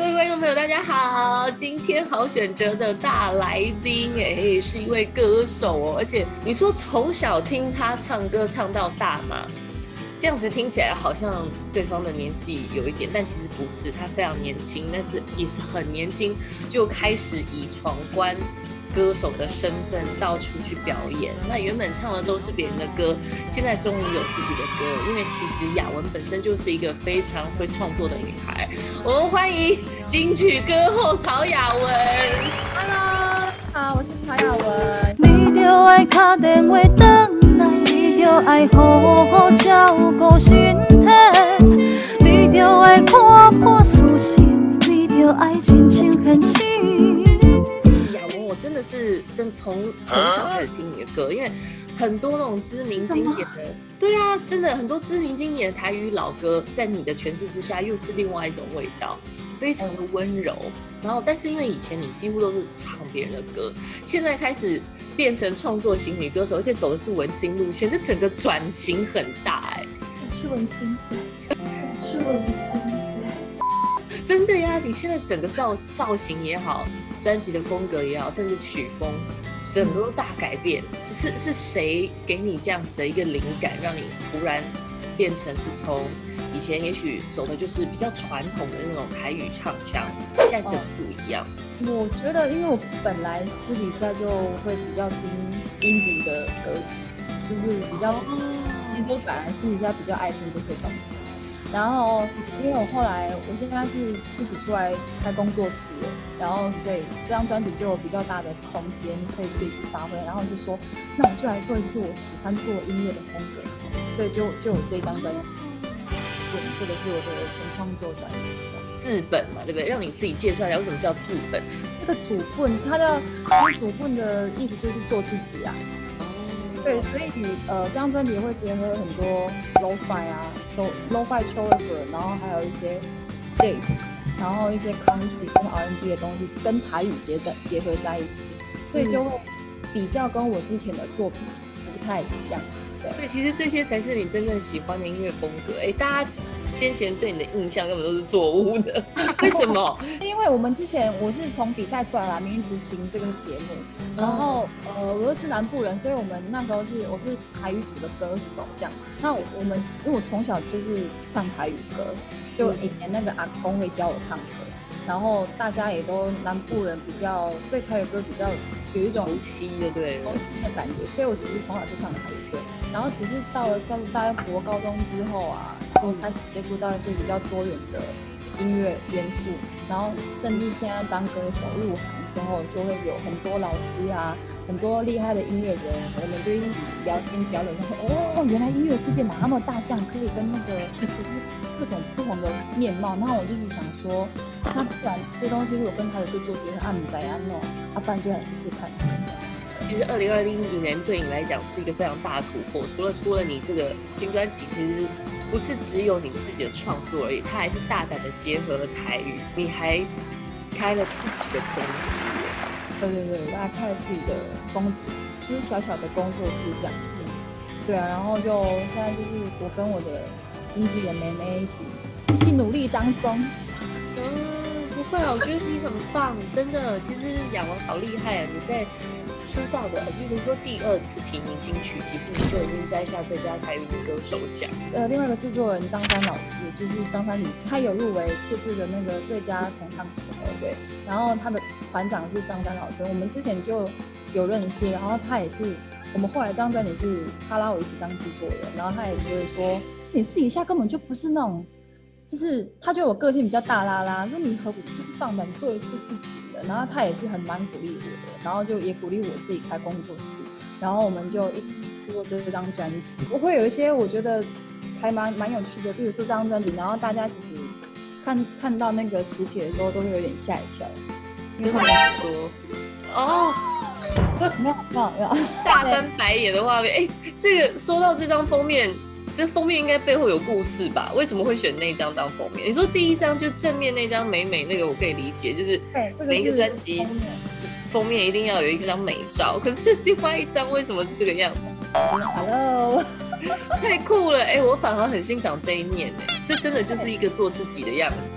各位观众朋友大家好，今天好选择的大来宾是一位歌手哦，而且你说从小听他唱歌唱到大嘛，这样子听起来好像对方的年纪有一点，但其实不是，他非常年轻，但是也是很年轻就开始以闯关歌手的身份到处去表演。那原本唱的都是别人的歌，现在终于有自己的歌，因为其实雅文本身就是一个非常会创作的女孩。我们欢迎金曲歌后曹雅文。 Hello， 好，我是曹雅文。你就爱打电话回来，你就爱好好照顾身体，你就爱看破事实，你就爱真情现实。 我真的是从小开始听你的歌，因为很多那种知名经典的，对啊，真的很多知名经典的台语老歌，在你的诠释之下又是另外一种味道，非常的温柔。然后，但是因为以前你几乎都是唱别人的歌，现在开始变成创作型女歌手，而且走的是文青路线，这整个转型很大是文青，是文青， 真的呀！你现在整个造型也好，专辑的风格也好，甚至曲风，很多大改变。是谁给你这样子的一个灵感，让你突然变成是从以前也许走的就是比较传统的那种台语唱腔，现在整个不一样？ 我觉得，因为我本来私底下就会比较听indie的歌曲，就是比较，其实我本来私底下比较爱听这些东西。然后，因为我现在是自己出来开工作室，然后所以这张专辑就有比较大的空间可以自己去发挥。然后就说，那我就来做一次我喜欢做音乐的风格，所以就有这一张专辑。这个是我的全创作专辑。 字本嘛，对不对？让你自己介绍一下为什么叫字本。 这个主本，其实主本的意思就是做自己啊。对，所以这张专辑会结合很多 lo-fi 啊，lo-fi 秋的歌，然后还有一些 jazz， 然后一些 country 跟 R&B 的东西跟台语结合在一起，所以就会比较跟我之前的作品不太一样。对， 所以其实这些才是你真正喜欢的音乐风格。大家先前对你的印象根本都是错误的，为什么？ 因为我是从比赛出来啦，《明日之星》这个节目，然后我又是南部人，所以我们那时候我是台语组的歌手这样。那因为我从小就是唱台语歌，就以前那个阿公会教我唱歌，然后大家也都南部人比较对台语歌比较有一种熟悉的感觉，所以我其实从小就唱台语歌，然后只是到了大概国高中之后啊，开始接触到一些比较多元的音乐元素，然后甚至现在当歌手入行之后，就会有很多老师啊，很多厉害的音乐人，我们就一起聊天交流，说原来音乐世界哪么大，这样可以跟那个就是各种不同的面貌。然后我就是想说，那不然这东西如果跟他的歌做结合，不知道弄，不然就来试试看。 其实2020年对你来讲是一个非常大的突破，除了你这个新专辑，其实不是只有你自己的创作而已，它还是大胆的结合了台语，你还开了自己的公司。 对，我还开了自己的就是小小的工作室这样子。对啊，然后就现在就是我跟我的经纪人妹妹一起努力当中。 不会啊，我觉得你很棒，真的。其实雅文好厉害啊！你在出道的，就是说第2次提名金曲，其实你就已经摘下最佳台语女歌手奖。 另外一个制作人张三老师，就是张三李四，他有入围这次的那个最佳重唱组合，对。然后他的团长是张三老师，我们之前就有认识，然后他也是我们后来这张专辑是他拉我一起当制作人，然后他也觉得说，你私底下根本就不是那种。就是他觉得我个性比较大啦啦，说你何不就是放胆做一次自己的，然后他也是蛮鼓励我的，然后就也鼓励我自己开工作室，然后我们就一起做这张专辑。我会有一些我觉得还蛮有趣的，比如说这张专辑，然后大家其实看到那个实体的时候都会有点吓一跳。 跟他们说没有大翻白眼的画面。这个说到这张封面。这封面应该背后有故事吧？为什么会选那张当封面？你说第一张就正面那张美那个，我可以理解，就是每一个专辑封面一定要有一张美照。可是另外一张为什么是这个样子 ？Hello， 太酷了！我反而很欣赏这一面，这真的就是一个做自己的样子。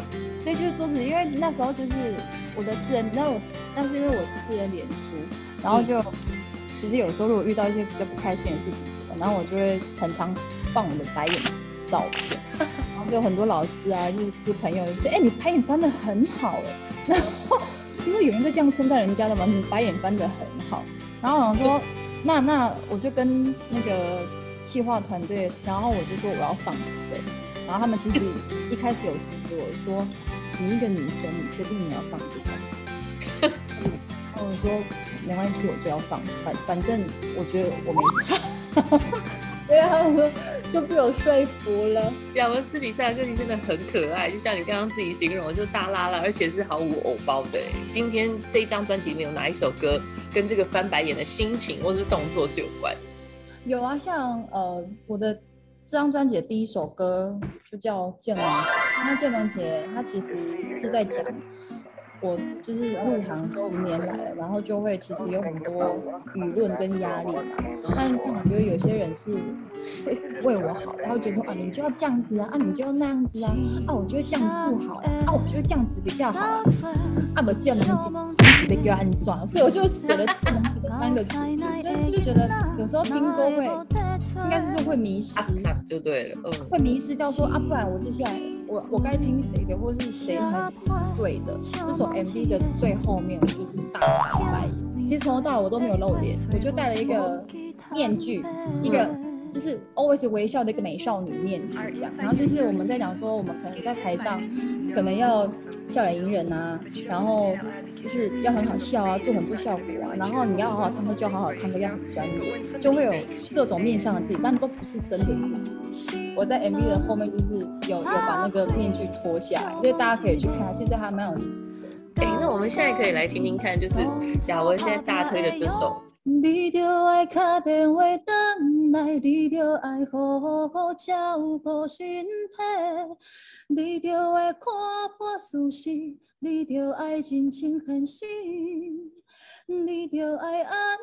对，就是桌子，因为那时候就是我的私人，那是因为我私人脸书，然后就、其实有时候如果遇到一些比较不开心的事情什么，然后我就会很常放我的白眼照片，然后就很多老师啊，就朋友就说，你白眼翻得很好然后就是有人在这样称赞人家的嘛，你白眼翻得很好，然后我想说，那我就跟那个企划团队，然后我就说我要放这个，然后他们其实一开始有阻止我说，你一个女生，你确定你要放这个？然后我说没关系，我就要放，反正我觉得我没差。对啊，就被我说服了。 雅文私底下的个性真的很可爱，就像你刚刚自己形容的，就大拉拉，而且是毫无偶包的。今天这一张专辑里面有哪一首歌跟这个翻白眼的心情或是动作是有关？ 有啊，像我的这张专辑的第一首歌就叫《剑龙节》，那《剑龙节》它其实是在讲我就是入行10年来了，然后就会其实有很多舆论跟压力嘛。但我觉得有些人是会为我好，然后觉得说啊，你就要这样子啊，你就要那样子啊，我觉得这样子不好啊，我觉得这样子比较好啊，我剑龙节一起被给安装，所以我就写了剑龙节的3个字，所以就是觉得有时候听歌会，应该是说会迷失， 就对了， 会迷失掉说不然我接下来我该听谁的，或是谁才是对的。这首 MV 的最后面，我就是大翻白眼。其实从头到尾我都没有露脸，我就戴了一个面具，一个就是 always 微笑的一个美少女面具这样。然后就是我们在讲说，我们可能在台上可能要笑脸迎人啊，然后就是要很好笑啊，做很多效果啊，然后你要好好唱歌就好好唱歌，要很专业，就会有各种面向的自己，但都不是真的自己。我在 MV 的后面就是有把那个面具脱下来，所以大家可以去看，其实还蛮有意思的。 那我们现在可以来听听看，就是雅文现在大推的这首。 你就要打电话回来，你就要好好照顾身体，你就要看破事实，你就要认清现实，你就要安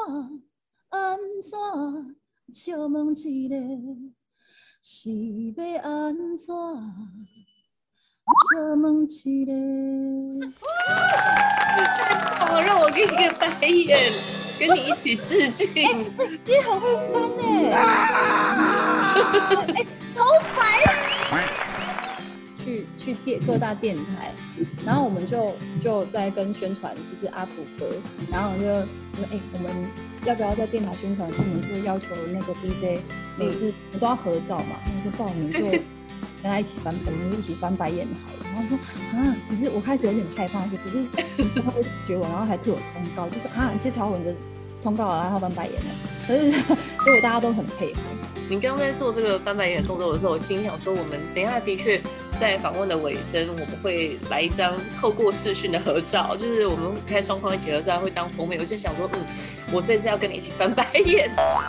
怎笑问一个，是要安怎笑问一个。 太棒了，让我给你个白眼，跟你一起致敬。 你很会翻超白！去各大电台，然后我们就在跟宣传，就是阿福哥，然后我就说我们要不要在电台宣传？所以我们就要求那个 DJ 每次都要合照嘛，然后就报名就跟他一起翻，我们一起翻白眼好了。然后说可是我开始有点害怕，可是他会拒绝我，然后还替我通告，就说接曹文的通告然后翻白眼了。可是结果大家都很配合。 你刚刚在做这个翻白眼的动作的时候，我心想说，我们等一下的确在访问的尾声，我们会来一张透过视讯的合照，就是我们开双方一起合照会当封面。我就想说，我这次要跟你一起翻白眼。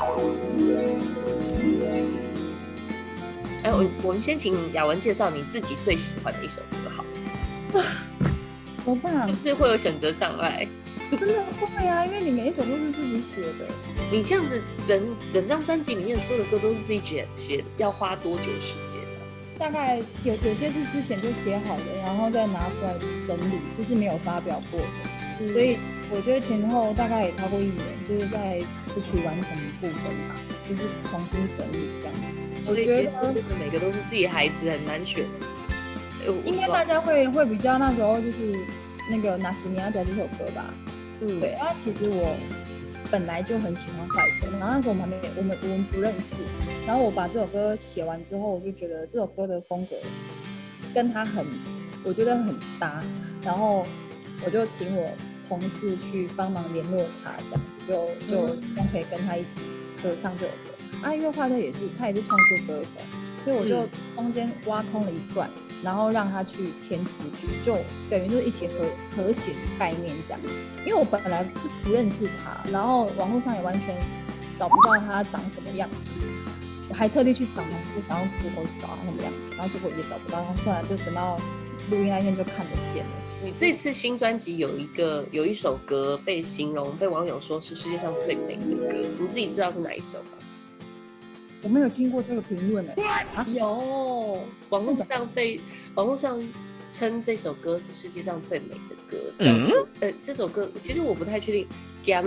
我们先请雅文介绍你自己最喜欢的一首歌好了。 怎么办？ 是会有选择障碍？ 真的会啊，因为你每一首都是自己写的。 你这样子整张专辑里面所有的歌都是自己写的，要花多久时间呢？ 大概有些是之前就写好的，然后再拿出来整理，就是没有发表过的。所以我觉得前后大概也超过1年，就是在词曲完成的部分吧，就是重新整理这样子。我觉得真的每个都是自己孩子，很难选。 应该大家会比较那时候就是那个纳西米亚仔这首歌吧。对，然后其实我本来就很喜欢怀哲，然后那时候我们不认识，然后我把这首歌写完之后，我就觉得这首歌的风格跟他我觉得很搭，然后我就请我同事去帮忙联络他，这样就希望可以跟他一起合唱这首歌。因为怀哲他也是创作歌手，所以我就中间挖空了一段，然后让他去填词曲，就等于就是一起合写的概念这样。因为我本来就不认识他，然后网络上也完全找不到他长什么样子，我还特地去找，然后 Google 去找他什么样子，然后结果也找不到，然后后来就等到录音那天就看得见了。 你这次新专辑有一首歌被网友说是世界上最美的歌，你自己知道是哪一首吗？ 我没有听过这个评论有， 网络上称这首歌是世界上最美的歌，叫做这首歌其实我不太确定。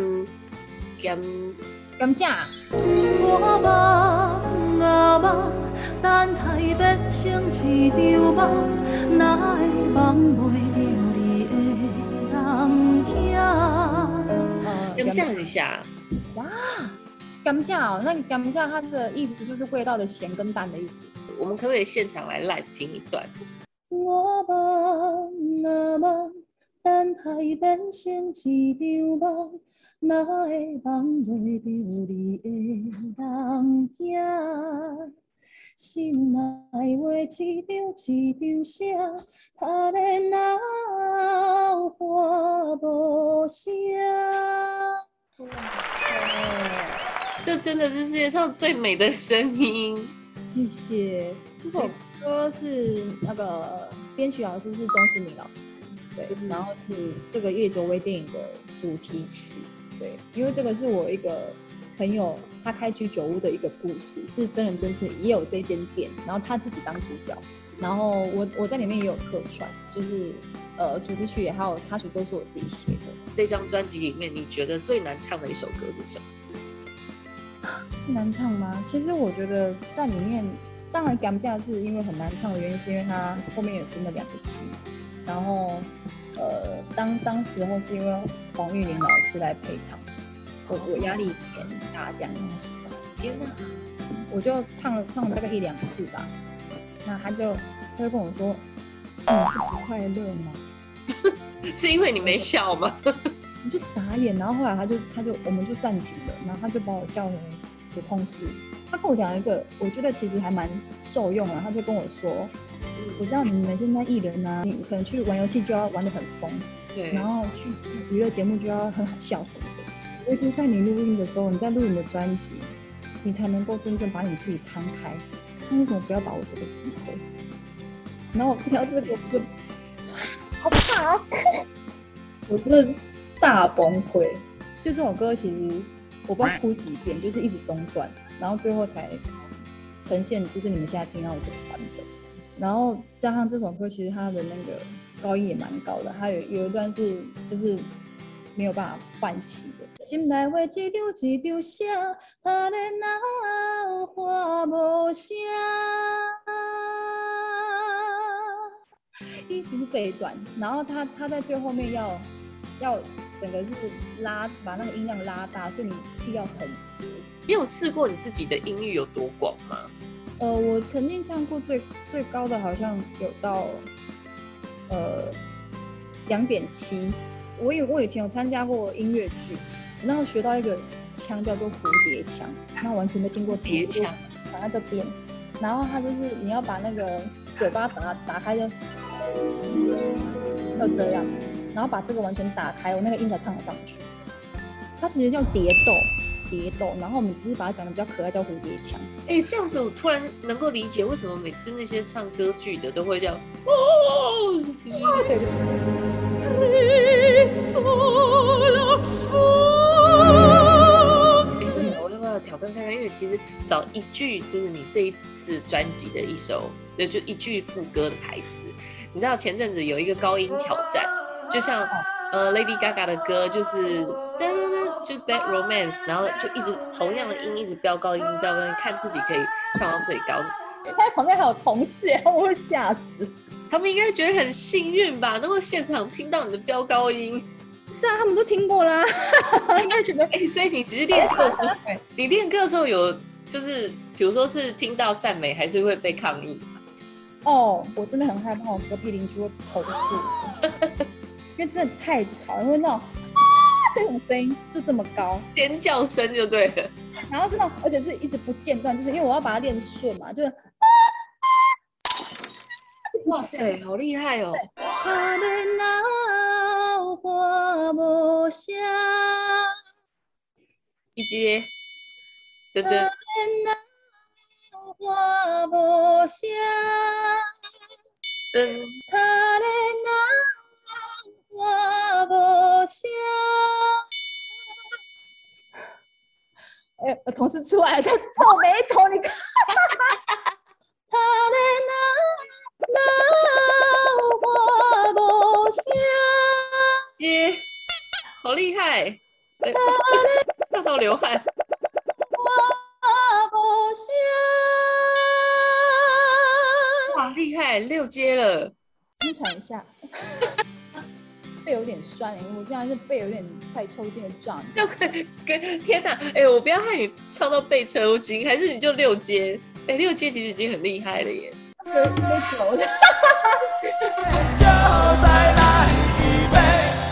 甘蔗。 我梦啊梦，等待变成一场梦，哪会梦袂着你的人影？甘蔗一下。 哇，甘蔗哦，那个甘蔗它的意思就是味道的咸跟淡的意思。 我们可不可以现场来 live 听一段？ 我梦啊梦，等待变成一场梦，哪会梦袂着你的人影？心内话一张一张写，他连闹花无声。 这真的是世界上最美的声音。 谢谢。这首歌是那个编曲老师是钟欣明老师，对，然后是这个叶卓威电影的主题曲，对，因为这个是我一个朋友他开居酒屋的一个故事，是真人真事，也有这间店，然后他自己当主角，然后我在里面也有客串，就是主题曲也还有插曲都是我自己写的。 这张专辑里面，你觉得最难唱的一首歌是什么？ 最难唱吗？其实我觉得在里面，当然甘蔗是因为很难唱的原因，是因为它后面也是那2个句，然后当时候是因为黄玉玲老师来陪唱，我压力偏大这样， 天哪！ 我就唱了大概1-2次吧，那他就跟我说：“你是不快乐吗？” 是因为你没笑吗？ 我就傻眼，然后后来他就我们就暂停了，然后他就把我叫回主控室，他跟我讲一个我觉得其实还蛮受用的，他就跟我说：“我知道你们现在艺人啊，你可能去玩游戏就要玩得很疯， 对， 然后去娱乐节目就要很好笑什么的，唯独在你录音的时候，你在录你的专辑，你才能够真正把你自己摊开，那为什么不要把握这个机会？”然后我听到这个我就好怕，我真的大崩溃。就这首歌其实我不知道哭几遍，就是一直中断，然后最后才呈现就是你们现在听到的这个版本。然后加上这首歌其实它的那个高音也蛮高的，它有一段是就是没有办法换气的。心内话一张一张写，他连闹花无声。就是这一段，然后他在最后面要整个是把那个音量拉大，所以你气要很足。 你有试过你自己的音域有多广吗？ 我曾经唱过最高的好像有到2.7。我以前有参加过音乐剧，然后学到一个腔叫做蝴蝶腔，那完全没听过。蝴蝶腔打在这边，然后它就是你要把那个嘴巴打开就要这样，然后把这个完全打开，我那个音才唱得上去。它其实叫蝶豆，然后我们只是把它讲得比较可爱，叫蝴蝶腔。 这样子我突然能够理解为什么每次那些唱歌剧的都会这样哦，其实对。真的，我要不要挑战看看？因为其实少一句就是你这一次专辑的就一句副歌的台词。你知道前阵子有一个高音挑战，就像Lady Gaga 的歌就是就 Bad Romance， 然后就一直同样的音一直飙高音，看自己可以唱到最高。 现在旁边还有同事，我会吓死。 他们应该觉得很幸运吧，能够现场听到你的飙高音。 是啊，他们都听过啦，应该觉得所以你其实练歌的时候，你练歌的时候有就是比如说是听到赞美，还是会被抗议？ 我真的很害怕我隔壁邻居会投诉，因为真的太吵，因为那种这种声音就这么高， 尖叫声就对了。 然后真的，而且是一直不间断，就是因为我要把它练顺嘛，就是哇塞，好厉害哦！ 他连闹花无声， 一接，噔噔。 花无声，他连闹花无声。 我同事出来在皱眉头，你看。 他连闹花厉害，笑到流汗。哇，厉害，6阶了。 先喘一下，背有点酸，我现在是背有点快抽筋的状态。 天哪，我不要害你唱到背抽筋，还是你就6阶？6阶其实已经很厉害了耶。 有点久的。 就再来一杯。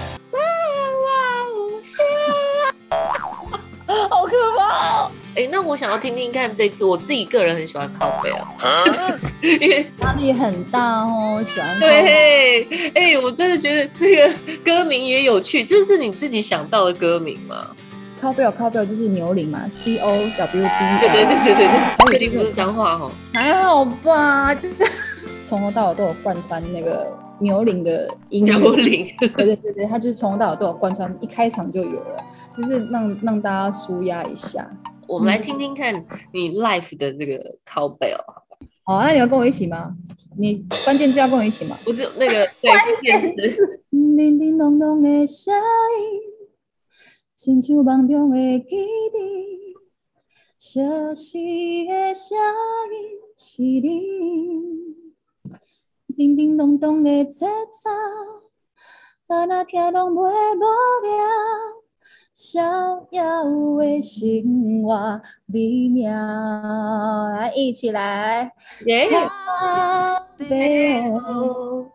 好可怕哦！那我想要听听看这次，我自己个人很喜欢靠背因为压力很大哦，喜欢。 对，我真的觉得这个歌名也有趣，这是你自己想到的歌名吗？ 靠背就是牛铃嘛，COWB。 对，确定不是脏话哦？ 还好吧，从头到尾都有贯穿那个牛铃的音乐。 牛铃， 对，他就是从头到尾都有贯穿，一开场就有了，就是让大家舒压一下。 我们来听听看你 live 的这个靠背哦。 好，那你要跟我一起吗？你关键字要跟我一起吗？ 不是那个对关键字。 叮叮咚咚的声音，亲像梦中的记忆，消失的声音是你。叮叮咚咚的节奏，敢若听拢袂无聊，逍遥的生活美妙。来，一起来，靠背哦，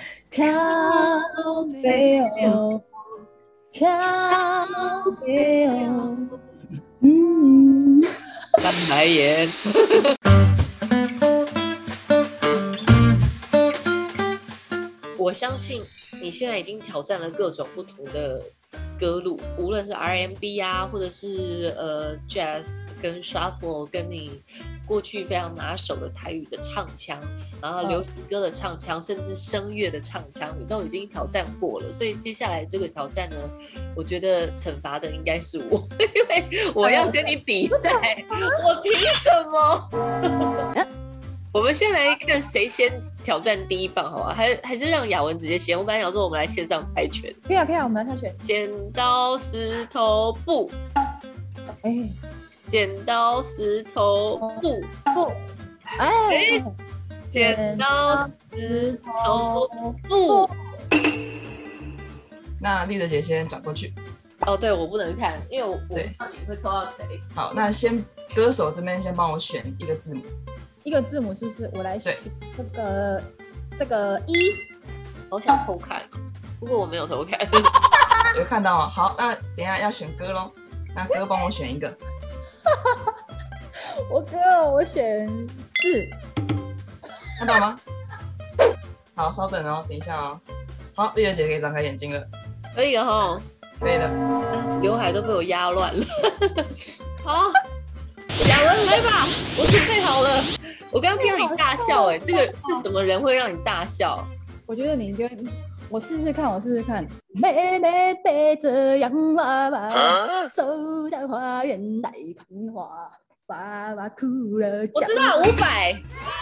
靠背哦，靠背哦， 翻白眼。我相信你现在已经挑战了各种不同的歌路，无论是 R&B 啊，或者是Jazz 跟 Shuffle， 跟你过去非常拿手的台语的唱腔，然后流行歌的唱腔，甚至声乐的唱腔，你都已经挑战过了。所以接下来这个挑战呢，我觉得惩罚的应该是我，因为我要跟你比赛，我凭什么？我们先来看谁先挑战第一棒，好吧？还是让雅文直接先。我本来想说我们来线上猜拳， 可以啊，我们来猜拳。 剪刀石头布，剪刀石头布，剪刀石头布。 那丽德姐先转过去。 哦，对，我不能看，因为我不知道你会抽到谁。 好，那先歌手这边先帮我选一个字母。 一个字母是不是？我来选这个一。 好想偷看，不过我没有偷看。 有看到哦。好，那等一下要选歌咯。那歌帮我选一个。 我选4。 看到吗？好，稍等哦，等一下哦。好，丽德姐可以张开眼睛了。 可以了齁。 可以了。 刘海都被我压乱了。好，雅文来吧，我准备好了。我刚刚听到你大笑，这个是什么人会让你大笑？ 我觉得你就我试试看。妹妹背着洋娃娃，走到花园来看花，爸爸哭了。 我知道500。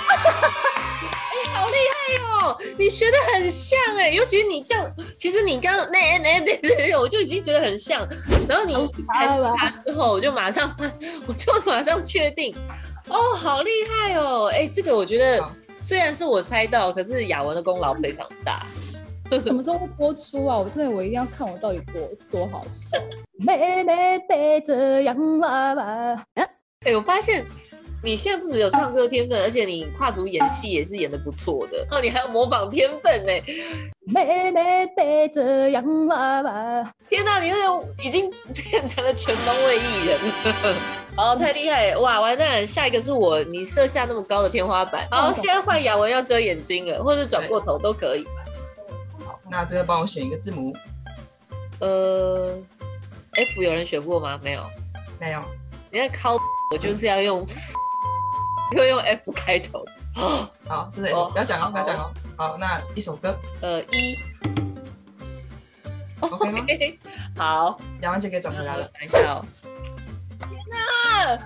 好厉害哦！你学得很像尤其是你这样，其实你刚刚我就已经觉得很像，然后你弹它之后，我就马上确定。哦，好厉害哦！这个我觉得虽然是我猜到，可是雅文的功劳非常大。 什么时候会播出啊？我一定要看我到底多好笑。妹妹背着洋娃娃。 我发现你现在不只有唱歌天分，而且你跨足演戏也是演得不错的。你还有模仿天分呢。 妹妹背着洋娃娃。 天哪，你那已经变成了全方位艺人了。好，太厉害了！哇，完蛋了，下一个是我，你设下那么高的天花板。好，现在换雅文要遮眼睛了，或者转过头都可以。 好，那这边帮我选一个字母。 F 有人选过吗？没有。 没有。 你在考我就是要用F 开头。 好，这是 F，不要讲哦。好，那一首歌。 一。 OK 吗？ 好， 雅文姐可以转回来了。 等一下哦。天哪！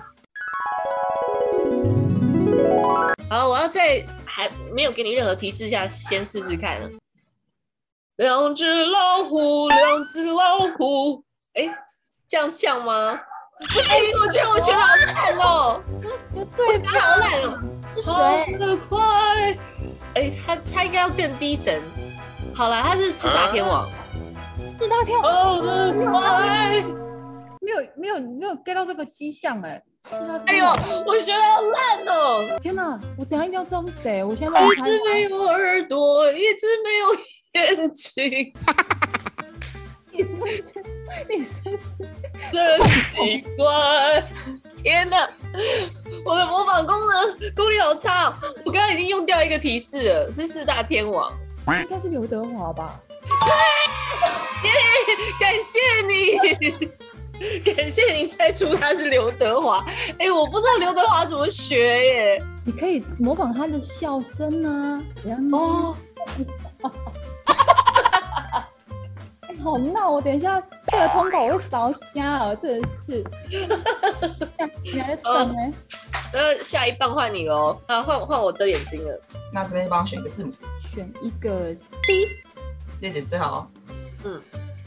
好，我要在还没有给你任何提示下，先试试看了。 两只老虎，两只老虎。哎，这样像吗？不行，我觉得我学的好烂哦， 不我对学的好烂哦。 是跑谁？ 得快，哎，他应该要更低沉。好了，他是四大天王。 四大天王跑得快， 没有 get 到这个迹象哎。 哎呦，我学的好烂哦。 天哪，我等一下一定要知道是谁，我现在一乱猜只没有耳朵，一只没有眼睛， 你是不是？你是不是？ 真奇怪！天哪，我的模仿功力好差哦。我刚刚已经用掉一个提示了，是四大天王。 应该是刘德华吧？ 耶，感谢你，感谢你猜出他是刘德华。哎，我不知道刘德华怎么学耶。 你可以模仿他的笑声啊， 哦， 哎，好闹！我等一下下了通告我会烧瞎哦，真的是。你还在省呢？ 那下一棒换你喽。啊，换我遮眼睛了。 那这边帮我选一个字母， 选一个 D。 叶姐最好哦。 嗯，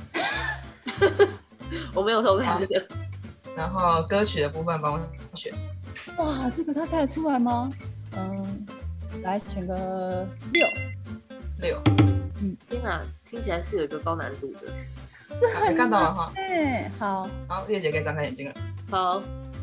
我没有偷看这个。 然后歌曲的部分帮我选， 哇，这个他猜得出来吗？来选个6。 天哪，听起来是有一个高难度的。 这很看到了哈。 哎，好， 好，叶姐可以张开眼睛了。 好，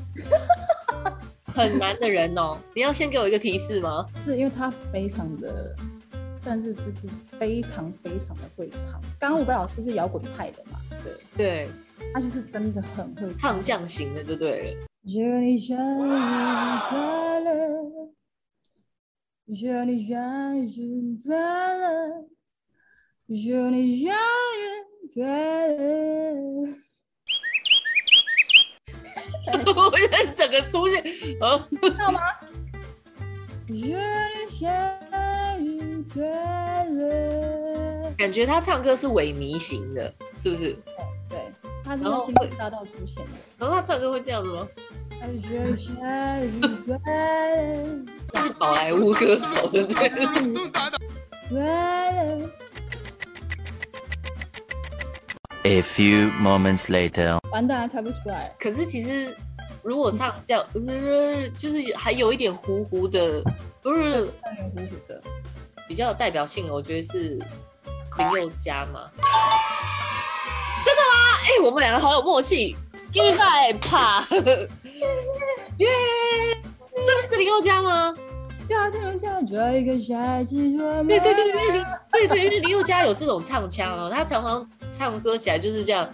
很难的人哦。你要先给我一个提示吗？ 是因为他非常的，算是就是非常非常的会唱。刚刚伍佰老师是摇滚派的嘛，对， 对， 他就是真的很会唱将型的就对了。 祝你生日快乐，祝你生日快乐，祝你生日快乐。 我觉得整个出现， 知道吗？祝你生日快乐。 感觉他唱歌是萎靡型的，是不是？ 对，他是在星光大道出现的。 然后他唱歌会这样子吗？ 祝你生日快乐。 是宝莱坞歌手的对了。 快乐。 A few moments later. 完蛋，还猜不出来。 可是其实如果唱这样，就是还有一点糊糊的，不是有点糊糊的。 比较有代表性的，我觉得是林宥嘉嘛。真的吗？哎、我们两个好有默契，因为害怕。耶，真的是林宥嘉吗？ 夏天像这个夏季多么。 对，因为林宥嘉有这种唱腔哦，他常常唱歌起来就是这样。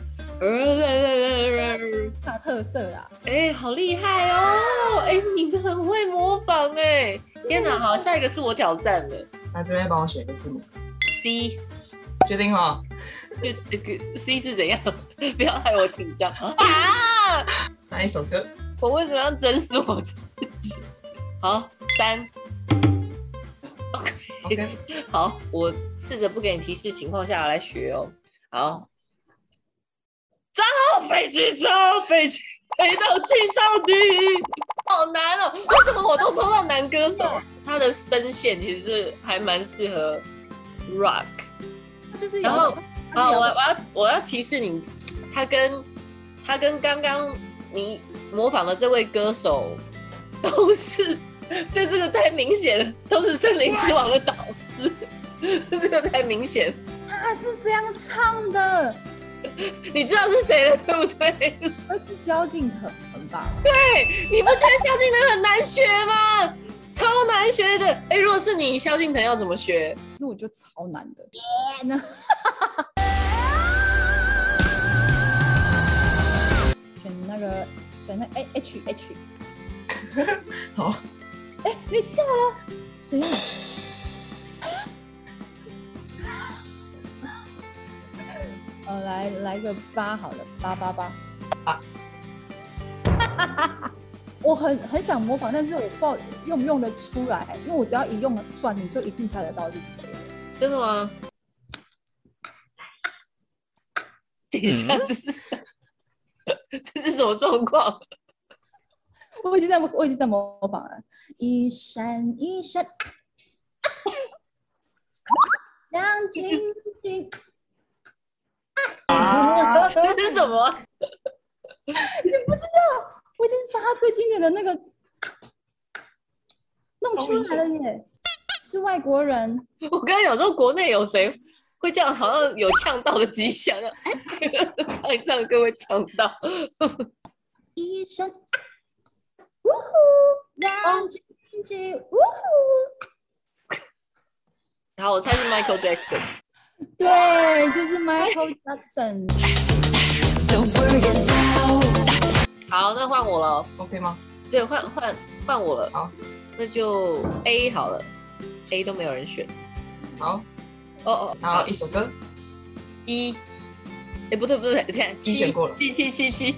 大特色啦。 哎、好厉害哦！哎、你们很会模仿哎！天哪，好，下一个是我挑战了。 那这边帮我选一个字母 C， 确定哈？ C 是怎样？不要害我紧张啊！ 哪一首歌？ 我为什么要整死我自己？好，3。 OK， 好，我试着不给你提示情况下来学哦。好，造飞机，造飞机，飞到青草地，好难哦！为什么我都抽到男歌手？他的声线其实是还蛮适合 rock。 就是然后，好，我要提示你，他跟刚刚你模仿的这位歌手都是。这个太明显了，都是森林之王的导师，这个太明显。 他是这样唱的， 你知道是谁了，对不对？ 那是萧敬腾吧？ 对，你不觉得萧敬腾很难学吗？超难学的。哎，如果是你，萧敬腾要怎么学？ 可是我觉得超难的。选那 H。 好。 哎，你笑了，怎样？来个8好了，888。我很想模仿，但是我不知道用不用得出来，因为我只要一用得出来，你就一定猜得到是谁。 真的吗？等一下，这是什么状况？ 我已经在模仿了，一闪一闪。 亮晶晶。 这是什么？ 你不知道？我已经把他最经典的那个弄出来了耶！是外国人。 我刚才有时候国内有谁会这样，好像有呛到的迹象，唱一唱歌会呛到。 一声呜呼，亮晶晶呜呼。 好，我猜是 Michael Jackson。 对，就是 Michael Jackson。 好，那换我了 ，OK 吗？ 对，换我了。 好， 那就 A 好了 ，A 都没有人选。 好， 哦， 然后一首歌一，哎，不对，你看一选过了七，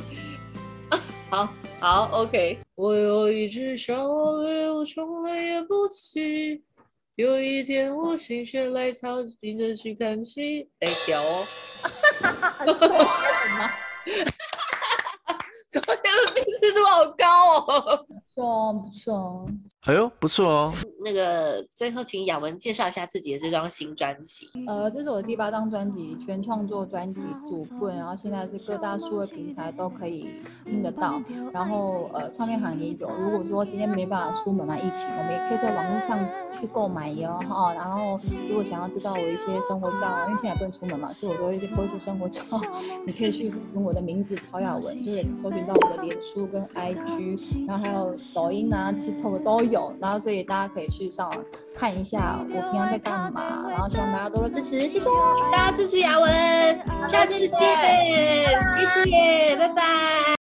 好 ，OK。我有一只小蜗牛，我从来也不骑。有一天我心血来潮，急着去看戏，哎，屌哦！昨天的辨识度好高哦。 不错。 哎呦，不错哦。 那个最后请雅文介绍一下自己的这张新专辑。 这是我的第8张专辑，全创作专辑主棍，然后现在是各大数位平台都可以听得到，然后唱片行也有。如果说今天没办法出门嘛，疫情，我们也可以在网络上去购买哟哈。然后如果想要知道我一些生活照啊，因为现在也不能出门嘛，所以我都会播一些生活照，你可以去用我的名字曹雅文，就可以搜寻到我的脸书跟 IG， 然后还有抖音啊、TikTok 都有，然后所以大家可以去上网看一下我平常在干嘛，然后希望大家多多支持，谢谢， 大家支持雅文，下次见，谢谢，拜拜。